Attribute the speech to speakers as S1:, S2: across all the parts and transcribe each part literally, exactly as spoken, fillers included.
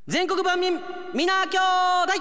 S1: 全国万民皆兄弟。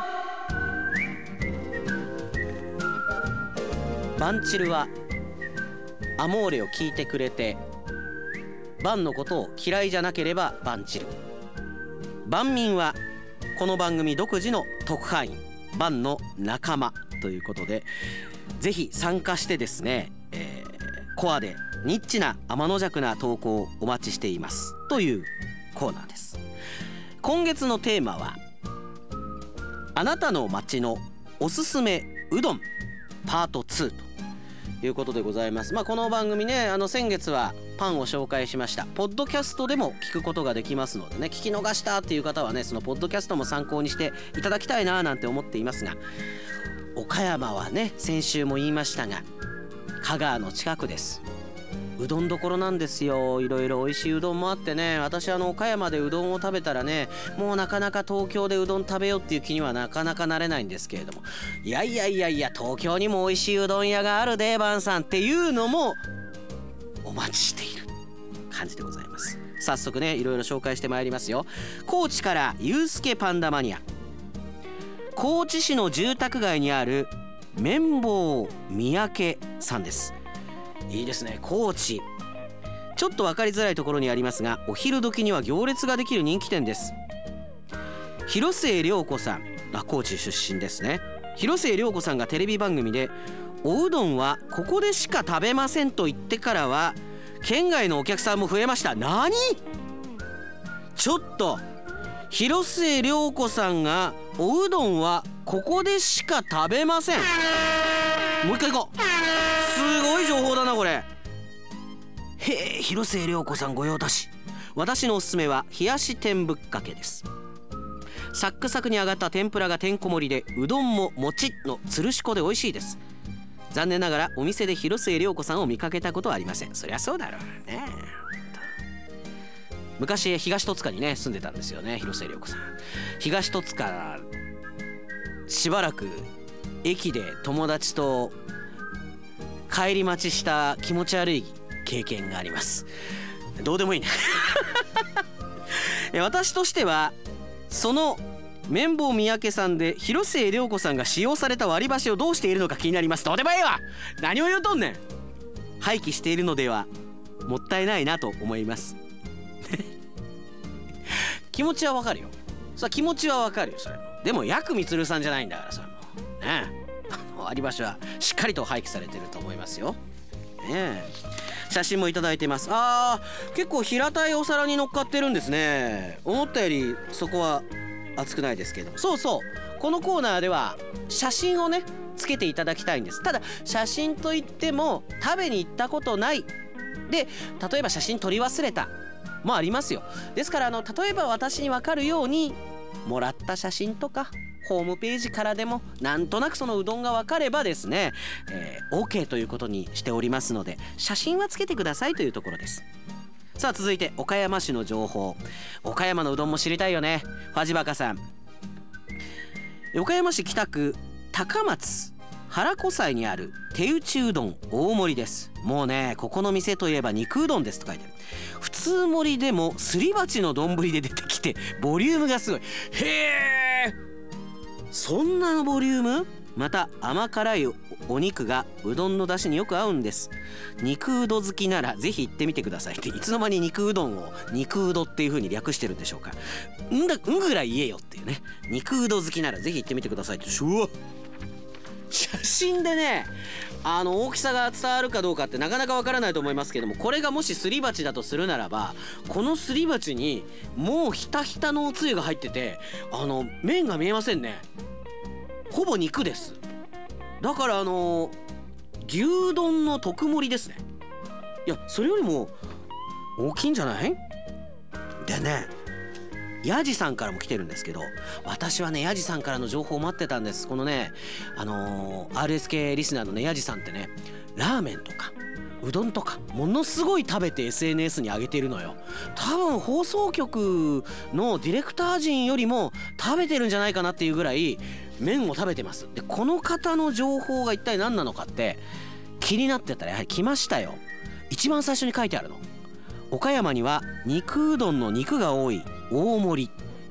S1: バンチルはアモーレを聞いてくれて、バンのことを嫌いじゃなければバンチル。万民はこの番組独自の特派員、バンの仲間ということで、ぜひ参加してですね、えー、コアでニッチな天の弱な投稿をお待ちしていますというコーナーです。今月のテーマは、あなたの街のおすすめうどんパートツーということでございます。まあ、この番組ね、あの先月はパンを紹介しました。ポッドキャストでも聞くことができますのでね、聞き逃したっていう方はね、そのポッドキャストも参考にしていただきたいななんて思っていますが、岡山はね、先週も言いましたが香川の近くです。うどんどころなんですよ。いろいろ美味しいうどんもあってね、私あの岡山でうどんを食べたらね、もうなかなか東京でうどん食べようっていう気にはなかなかなれないんですけれども、いやいやいやいや、東京にも美味しいうどん屋があるでバンさんっていうのもお待ちしている感じでございます。早速ね、いろいろ紹介してまいりますよ。高知からゆうすけパンダマニア。高知市の住宅街にある綿棒三宅さんです。いいですね、高知。ちょっと分かりづらいところにありますが、お昼時には行列ができる人気店です。広末涼子さん、あ、高知出身ですね。広末涼子さんがテレビ番組で、おうどんはここでしか食べませんと言ってからは県外のお客さんも増えました。何？ちょっと広末涼子さんがおうどんはここでしか食べません。もう一回行こう。すごい情報だなこれ。へえ、広末涼子さん御用達。私のおすすめは冷やし天ぶっかけです。サックサクに揚がった天ぷらがてんこ盛りで、うどんももちっのつるしこで美味しいです。残念ながらお店で広末涼子さんを見かけたことはありません。そりゃそうだろうね。昔東戸塚にね住んでたんですよね、広末涼子さん。東戸塚しばらく駅で友達と帰り待ちした気持ち悪い経験があります。どうでもいいね私としてはその綿棒三宅さんで広末涼子さんが使用された割り箸をどうしているのか気になります。どうでもいいわ、何を言うとんねん。廃棄しているのではもったいないなと思います気持ちはわかるよ。さあ気持ちはわかるよ、それも。でもヤクミツルさんじゃないんだから、それもね。割り箸はしっかりと廃棄されてると思いますよ、ね。写真もいただいてます。あー、結構平たいお皿に乗っかってるんですね。思ったよりそこは熱くないですけども、そうそう、このコーナーでは写真をねつけていただきたいんです。ただ写真といっても食べに行ったことないで、例えば写真撮り忘れたもありますよ。ですからあの例えば私に分かるようにもらった写真とかホームページからでもなんとなくそのうどんが分かればですね、えー、OK ということにしておりますので、写真はつけてくださいというところです。さあ続いて岡山市の情報。岡山のうどんも知りたいよね。ファジバカさん。岡山市北区高松原湖西にある手打ちうどん大盛りです。もうね、ここの店といえば肉うどんですと書いてある。普通盛りでもすり鉢の丼で出てきてボリュームがすごい。へー、そんなボリューム。また甘辛いお肉がうどんの出汁によく合うんです。肉うど好きならぜひ行ってみてくださいって、いつの間に肉うどんを肉うどっていう風に略してるんでしょうか。んだんぐらい言えよっていうね。肉うど好きならぜひ行ってみてくださいって。うわ、写真でね、あの大きさが伝わるかどうかってなかなかわからないと思いますけども、これがもしすり鉢だとするならば、このすり鉢にもうひたひたのおつゆが入ってて、あの麺が見えませんね。ほぼ肉です。だからあの牛丼の特盛りですね。いや、それよりも大きいんじゃない？でね、ヤジさんからも来てるんですけど、私はねヤジさんからの情報を待ってたんです。このね、あのー、アールエスケー リスナーのねヤジさんってね、ラーメンとかうどんとかものすごい食べて エスエヌエス に上げているのよ。多分放送局のディレクター陣よりも食べてるんじゃないかなっていうぐらい麺を食べてます。でこの方の情報が一体何なのかって気になってたらやはり来ましたよ。一番最初に書いてあるの、岡山には肉うどんの肉が多い大盛り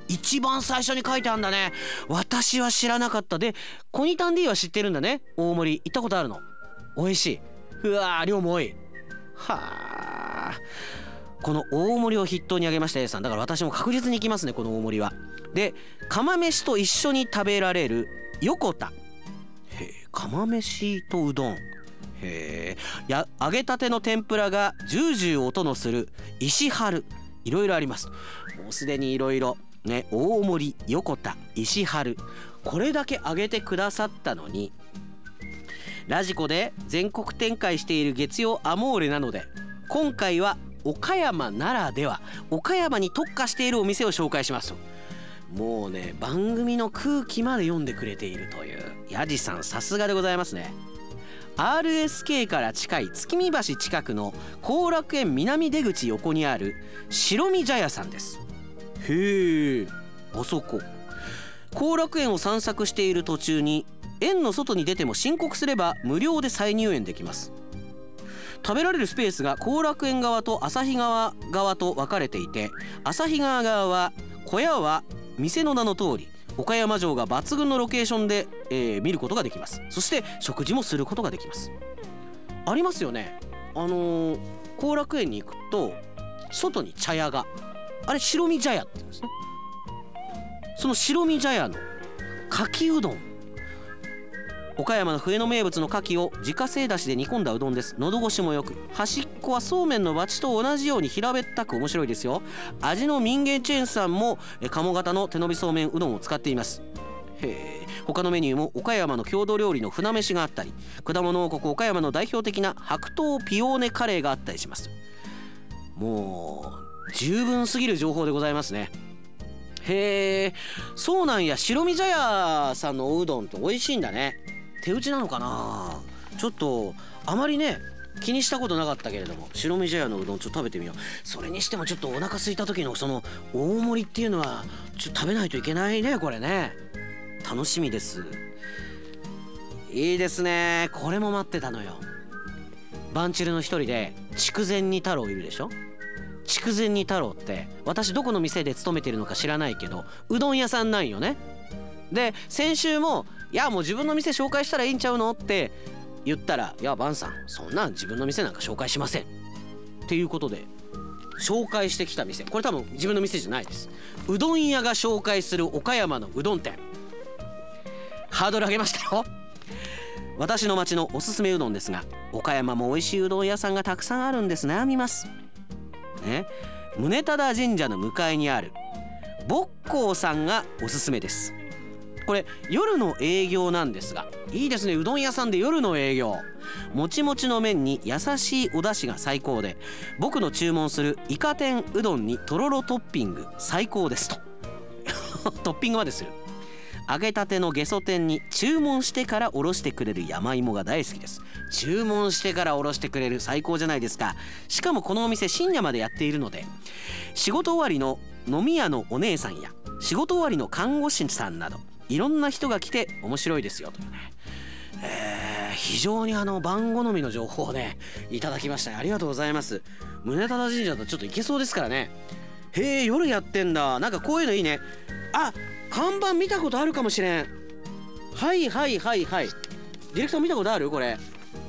S1: 一番最初に書いてあるんだね。私は知らなかった。でコニタン D は知ってるんだね。大盛り行ったことあるの。美味しい。うわー量も多い。はあ、この大盛りを筆頭に挙げました A さん。だから私も確実に行きますね、この大盛りは。で釜飯と一緒に食べられる横田。へえ、釜飯とうどん。へえ、や揚げたての天ぷらがジュージュー音のする石春。いろいろあります。もうすでにいろいろね、大盛り、横田、石春、これだけ挙げてくださったのに、ラジコで全国展開している月曜アモーレなので、今回は岡山ならでは、岡山に特化しているお店を紹介しますと。もうね、番組の空気まで読んでくれているというヤジさん、さすがでございますね。 アールエスケー から近い月見橋近くの後楽園南出口横にある白身茶屋さんです。へえ、あそこ。後楽園を散策している途中に園の外に出ても申告すれば無料で再入園できます。食べられるスペースが後楽園側と旭川側と分かれていて、旭川側は小屋は店の名の通り岡山城が抜群のロケーションで、えー、見ることができます。そして食事もすることができます。ありますよね、あのー、後楽園に行くと外に茶屋が、あれ白身茶屋って言うんですね。その白身茶屋のかきうどん、岡山の冬の名物の牡蠣を自家製だしで煮込んだうどんです。喉越しもよく、端っこはそうめんのバチと同じように平べったく面白いですよ。味の民芸チェーンさんも鴨型の手延びそうめんうどんを使っています。へえ、他のメニューも岡山の郷土料理の船飯があったり、果物王国岡山の代表的な白桃ピオーネカレーがあったりします。もう十分すぎる情報でございますね。へえ、そうなんや。白身茶屋さんのおうどんって美味しいんだね。手打ちなのかな、ちょっとあまりね気にしたことなかったけれども、白身茶屋のうどんちょっと食べてみよう。それにしてもちょっとお腹空いた時のその大盛りっていうのはちょっと食べないといけないね、これね。楽しみです。いいですね、これも待ってたのよ。バンチルの一人で筑前煮太郎いるでしょ。筑前煮太郎って私どこの店で勤めてるのか知らないけどうどん屋さんなんよね。で先週もいやもう自分の店紹介したらいいんちゃうのって言ったら、いやバンさんそんなん自分の店なんか紹介しませんっていうことで紹介してきた店、これ多分自分の店じゃないです。うどん屋が紹介する岡山のうどん店、ハードル上げましたよ。私の町のおすすめうどんですが、岡山も美味しいうどん屋さんがたくさんあるんです。悩みますね。宗忠神社の向かいにあるぼっこうさんがおすすめです。これ夜の営業なんですが、いいですね、うどん屋さんで夜の営業。もちもちの麺に優しいお出汁が最高で、僕の注文するイカ天うどんにとろろトッピング最高ですとトッピングまでする。揚げたてのゲソ天に注文してからおろしてくれる山芋が大好きです。注文してからおろしてくれる、最高じゃないですか。しかもこのお店深夜までやっているので、仕事終わりの飲み屋のお姉さんや仕事終わりの看護師さんなどいろんな人が来て面白いですよというね、えー、非常にあの番好みの情報をねいただきましたね。ありがとうございます。宗忠神社だとちょっと行けそうですからね。へえ、夜やってんだ。なんかこういうのいいね。あ、看板見たことあるかもしれん。はいはいはいはい、ディレクター見たことあるこれ。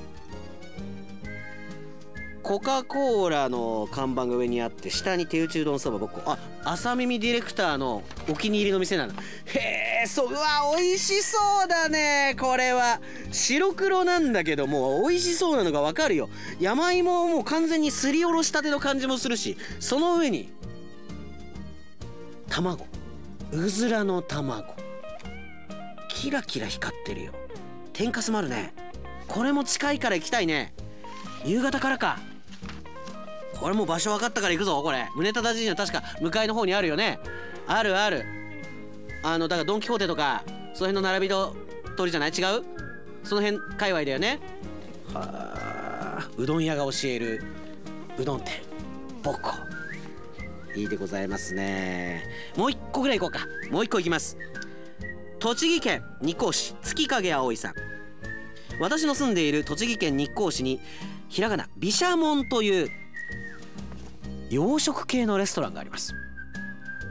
S1: コカ・コーラの看板が上にあって、下に手打ちうどんそばぼっこ。あ、朝耳ディレクターのお気に入りの店なの。へえ、そう、うわ美味しそうだね。これは白黒なんだけども美味しそうなのがわかるよ。山芋をもう完全にすりおろしたての感じもするし、その上に卵、うずらの卵、キラキラ光ってるよ。天かすもあるね。これも近いから行きたいね。夕方からか。これもう場所分かったから行くぞ。これ宗忠神社確か向かいの方にあるよね。あるある。あのだからドン・キホーテとかその辺の並びの通りじゃない？違う？その辺界隈だよね。はあ、うどん屋が教えるうどん店ぼっこ、いいでございますね。もう一個ぐらい行こうか。もう一個行きます。栃木県日光市月影葵さん。私の住んでいる栃木県日光市にひらがな毘沙門という洋食系のレストランがあります。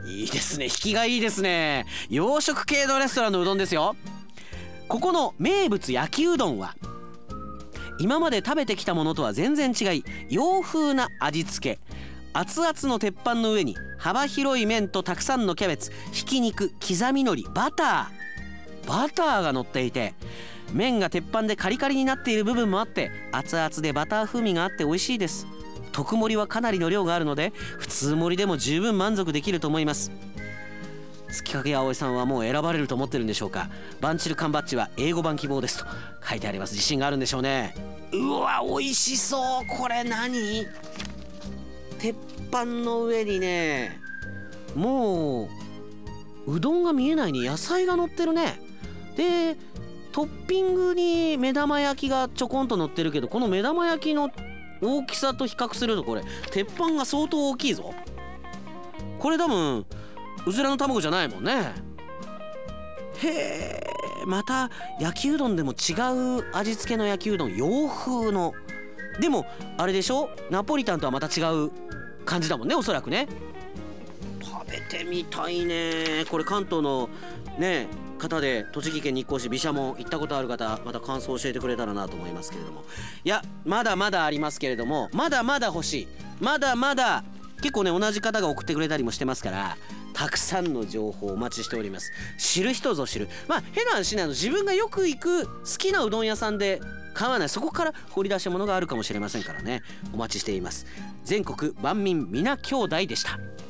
S1: いいですね、引きがいいですね。洋食系のレストランのうどんですよ。ここの名物焼きうどんは今まで食べてきたものとは全然違い、洋風な味付け。熱々の鉄板の上に幅広い麺とたくさんのキャベツ、ひき肉、刻み海苔、バターバターが乗っていて、麺が鉄板でカリカリになっている部分もあって、熱々でバター風味があって美味しいです。特盛りはかなりの量があるので、普通盛りでも十分満足できると思います。月影葵さんはもう選ばれると思ってるんでしょうか。バンチル缶バッジは英語版希望ですと書いてあります。自信があるんでしょうね。うわ、美味しそう。これ何？鉄板の上にね、もううどんが見えないに野菜が乗ってるね。でトッピングに目玉焼きがちょこんと乗ってるけど、この目玉焼きの大きさと比較するとこれ鉄板が相当大きいぞ。これ多分うずらの卵じゃないもんね。へえ、また焼きうどんでも違う味付けの焼きうどん、洋風の。でもあれでしょ、ナポリタンとはまた違う感じだもんね、おそらくね。食べてみたいね。これ関東のね方で栃木県日光市毘沙門行ったことある方、また感想を教えてくれたらなと思いますけれども。いや、まだまだありますけれども、まだまだ欲しい。まだまだ結構ね同じ方が送ってくれたりもしてますから、たくさんの情報をお待ちしております。知る人ぞ知る。まあ変な話なの、自分がよく行く好きなうどん屋さんで買わない、そこから掘り出したものがあるかもしれませんからね。お待ちしています。全国万民皆兄弟でした。